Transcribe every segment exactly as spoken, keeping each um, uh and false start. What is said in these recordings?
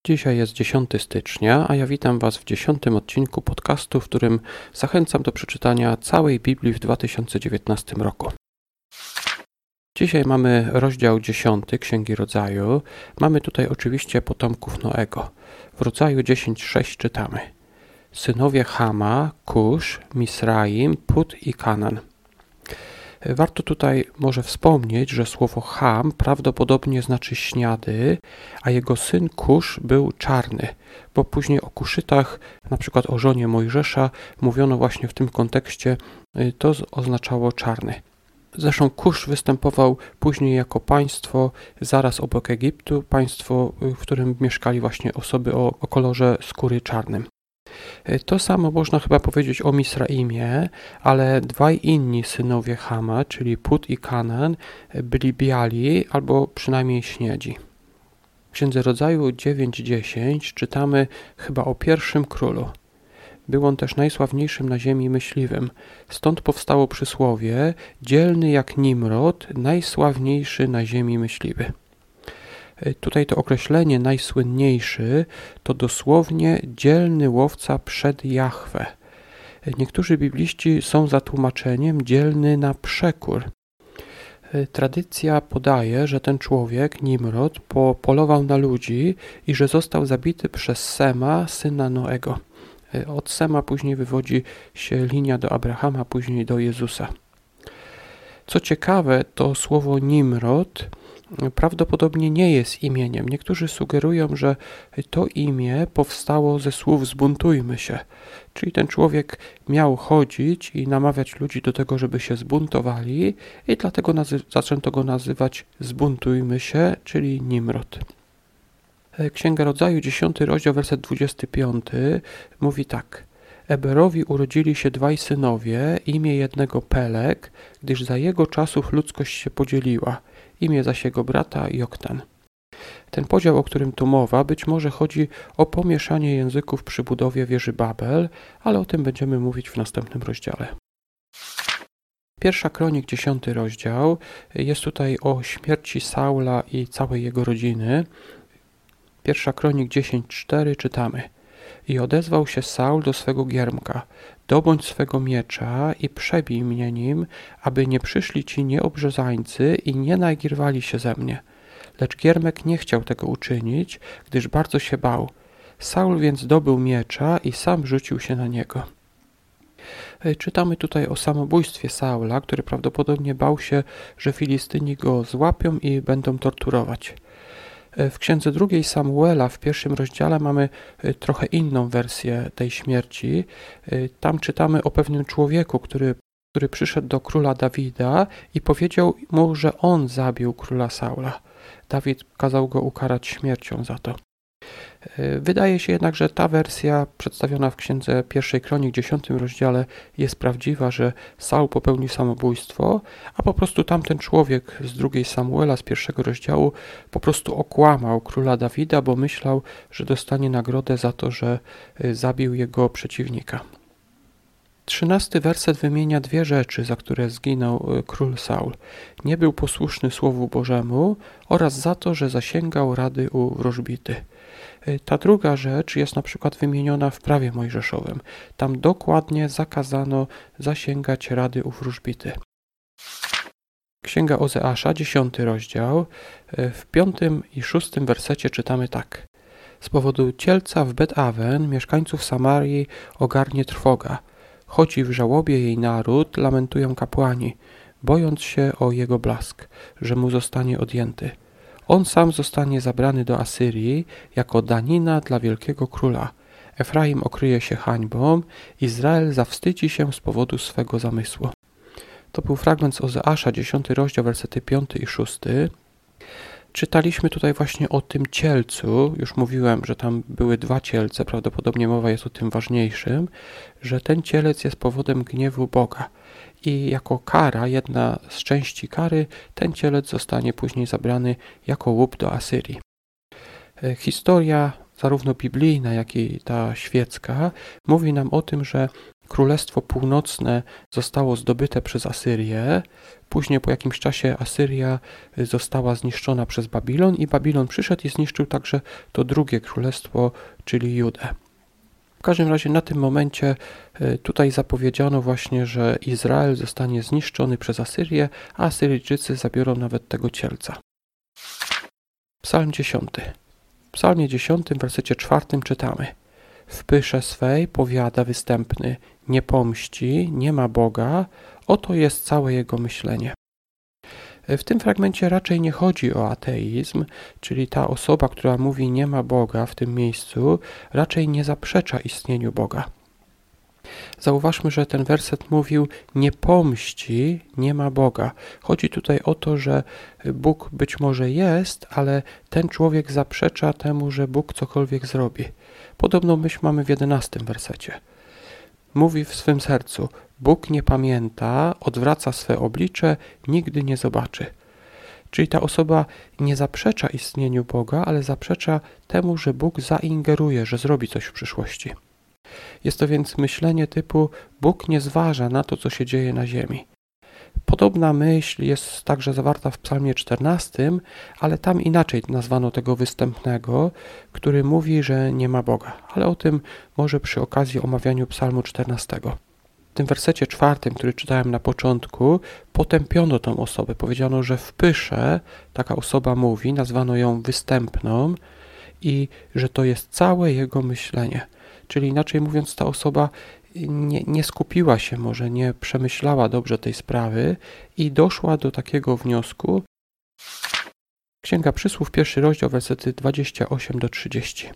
Dzisiaj jest dziesiątego stycznia, a ja witam Was w dziesiątym odcinku podcastu, w którym zachęcam do przeczytania całej Biblii w dwa tysiące dziewiętnastym roku. Dzisiaj mamy rozdział dziesiąty Księgi Rodzaju. Mamy tutaj oczywiście potomków Noego. W Rodzaju dziesięć sześć czytamy: synowie Chama, Kusz, Misraim, Put i Kanan. Warto tutaj może wspomnieć, że słowo Cham prawdopodobnie znaczy śniady, a jego syn Kusz był czarny, bo później o Kuszytach, na przykład o żonie Mojżesza, mówiono właśnie w tym kontekście, to oznaczało czarny. Zresztą Kusz występował później jako państwo zaraz obok Egiptu, państwo, w którym mieszkali właśnie osoby o, o kolorze skóry czarnym. To samo można chyba powiedzieć o Misraimie, ale dwaj inni synowie Chama, czyli Put i Kanan, byli biali albo przynajmniej śniedzi. W Księdze Rodzaju dziewięć dziesięć czytamy chyba o pierwszym królu. Był on też najsławniejszym na ziemi myśliwym. Stąd powstało przysłowie: dzielny jak Nimrod, najsławniejszy na ziemi myśliwy. Tutaj to określenie najsłynniejszy to dosłownie dzielny łowca przed Jahwe. Niektórzy bibliści są za tłumaczeniem dzielny na przekór. Tradycja podaje, że ten człowiek, Nimrod, polował na ludzi i że został zabity przez Sema, syna Noego. Od Sema później wywodzi się linia do Abrahama, później do Jezusa. Co ciekawe, to słowo Nimrod prawdopodobnie nie jest imieniem. Niektórzy sugerują, że to imię powstało ze słów zbuntujmy się. Czyli ten człowiek miał chodzić i namawiać ludzi do tego, żeby się zbuntowali i dlatego nazy- zaczęto go nazywać zbuntujmy się, czyli Nimrod. Księga Rodzaju, dziesiąty rozdział, werset dwudziesty piąty mówi tak: Eberowi urodzili się dwaj synowie, imię jednego Peleg, gdyż za jego czasów ludzkość się podzieliła, imię zaś jego brata Joktan. Ten podział, o którym tu mowa, być może chodzi o pomieszanie języków przy budowie wieży Babel, ale o tym będziemy mówić w następnym rozdziale. Pierwsza Kronik, dziesiąty rozdział, jest tutaj o śmierci Saula i całej jego rodziny. Pierwsza Kronik dziesięć cztery czytamy: I odezwał się Saul do swego giermka: dobądź swego miecza i przebij mnie nim, aby nie przyszli ci nieobrzezańcy i nie nagirwali się ze mnie. Lecz giermek nie chciał tego uczynić, gdyż bardzo się bał. Saul więc dobył miecza i sam rzucił się na niego. Czytamy tutaj o samobójstwie Saula, który prawdopodobnie bał się, że Filistyni go złapią i będą torturować. W księdze drugiej Samuela w pierwszym rozdziale mamy trochę inną wersję tej śmierci. Tam czytamy o pewnym człowieku, który, który przyszedł do króla Dawida i powiedział mu, że on zabił króla Saula. Dawid kazał go ukarać śmiercią za to. Wydaje się jednak, że ta wersja przedstawiona w księdze pierwszej Kronik, dziesiątym rozdziale jest prawdziwa, że Saul popełnił samobójstwo, a po prostu tamten człowiek z drugiej Samuela, z pierwszego rozdziału, po prostu okłamał króla Dawida, bo myślał, że dostanie nagrodę za to, że zabił jego przeciwnika. Trzynasty werset wymienia dwie rzeczy, za które zginął król Saul. Nie był posłuszny Słowu Bożemu oraz za to, że zasięgał rady u wróżbity. Ta druga rzecz jest na przykład wymieniona w prawie mojżeszowym. Tam dokładnie zakazano zasięgać rady u wróżbity. Księga Ozeasza, dziesiąty rozdział, w piątym i szóstym wersecie czytamy tak: z powodu cielca w Bet-Awen mieszkańców Samarii ogarnie trwoga. Chodzi w żałobie jej naród, lamentują kapłani, bojąc się o jego blask, że mu zostanie odjęty. On sam zostanie zabrany do Asyrii jako danina dla wielkiego króla. Efraim okryje się hańbą, Izrael zawstydzi się z powodu swego zamysłu. To był fragment z Ozeasza, dziesiąty rozdział, wersety piąty i szósty. Czytaliśmy tutaj właśnie o tym cielcu, już mówiłem, że tam były dwa cielce, prawdopodobnie mowa jest o tym ważniejszym, że ten cielec jest powodem gniewu Boga i jako kara, jedna z części kary, ten cielec zostanie później zabrany jako łup do Asyrii. Historia zarówno biblijna, jak i ta świecka mówi nam o tym, że Królestwo Północne zostało zdobyte przez Asyrię. Później po jakimś czasie Asyria została zniszczona przez Babilon i Babilon przyszedł i zniszczył także to drugie królestwo, czyli Judę. W każdym razie na tym momencie tutaj zapowiedziano właśnie, że Izrael zostanie zniszczony przez Asyrię, a Asyryjczycy zabiorą nawet tego cielca. Psalm dziesiąty. W psalmie dziesiątym, w wersecie czwartym czytamy: w pysze swej powiada występny, nie pomści, nie ma Boga, oto jest całe jego myślenie. W tym fragmencie raczej nie chodzi o ateizm, czyli ta osoba, która mówi nie ma Boga w tym miejscu, raczej nie zaprzecza istnieniu Boga. Zauważmy, że ten werset mówił nie pomści, nie ma Boga. Chodzi tutaj o to, że Bóg być może jest, ale ten człowiek zaprzecza temu, że Bóg cokolwiek zrobi. Podobną myśl mamy w jedenastym wersecie. Mówi w swym sercu: Bóg nie pamięta, odwraca swe oblicze, nigdy nie zobaczy. Czyli ta osoba nie zaprzecza istnieniu Boga, ale zaprzecza temu, że Bóg zaingeruje, że zrobi coś w przyszłości. Jest to więc myślenie typu Bóg nie zważa na to, co się dzieje na ziemi. Podobna myśl jest także zawarta w psalmie czternastym, ale tam inaczej nazwano tego występnego, który mówi, że nie ma Boga. Ale o tym może przy okazji omawiania psalmu czternastego. W tym wersecie czwartym, który czytałem na początku, potępiono tą osobę. Powiedziano, że w pysze taka osoba mówi, nazwano ją występną i że to jest całe jego myślenie. Czyli inaczej mówiąc, ta osoba nie, nie skupiła się, może nie przemyślała dobrze tej sprawy i doszła do takiego wniosku. Księga Przysłów, pierwszy rozdział, wersety dwadzieścia osiem do trzydziestu.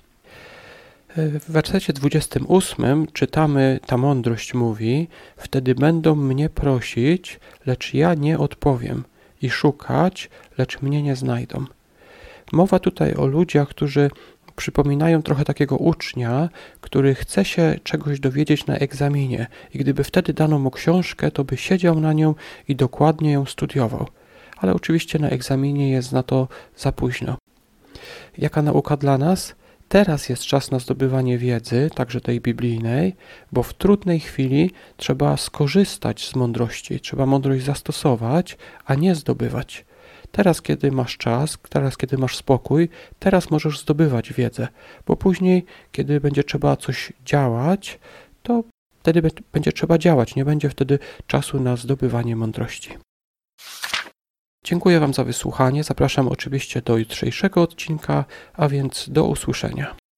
W wersecie dwudziestym ósmym czytamy, ta mądrość mówi: wtedy będą mnie prosić, lecz ja nie odpowiem, i szukać, lecz mnie nie znajdą. Mowa tutaj o ludziach, którzy przypominają trochę takiego ucznia, który chce się czegoś dowiedzieć na egzaminie i gdyby wtedy dano mu książkę, to by siedział na nią i dokładnie ją studiował. Ale oczywiście na egzaminie jest na to za późno. Jaka nauka dla nas? Teraz jest czas na zdobywanie wiedzy, także tej biblijnej, bo w trudnej chwili trzeba skorzystać z mądrości, trzeba mądrość zastosować, a nie zdobywać. Teraz, kiedy masz czas, teraz, kiedy masz spokój, teraz możesz zdobywać wiedzę, bo później, kiedy będzie trzeba coś działać, to wtedy będzie trzeba działać, nie będzie wtedy czasu na zdobywanie mądrości. Dziękuję Wam za wysłuchanie, zapraszam oczywiście do jutrzejszego odcinka, a więc do usłyszenia.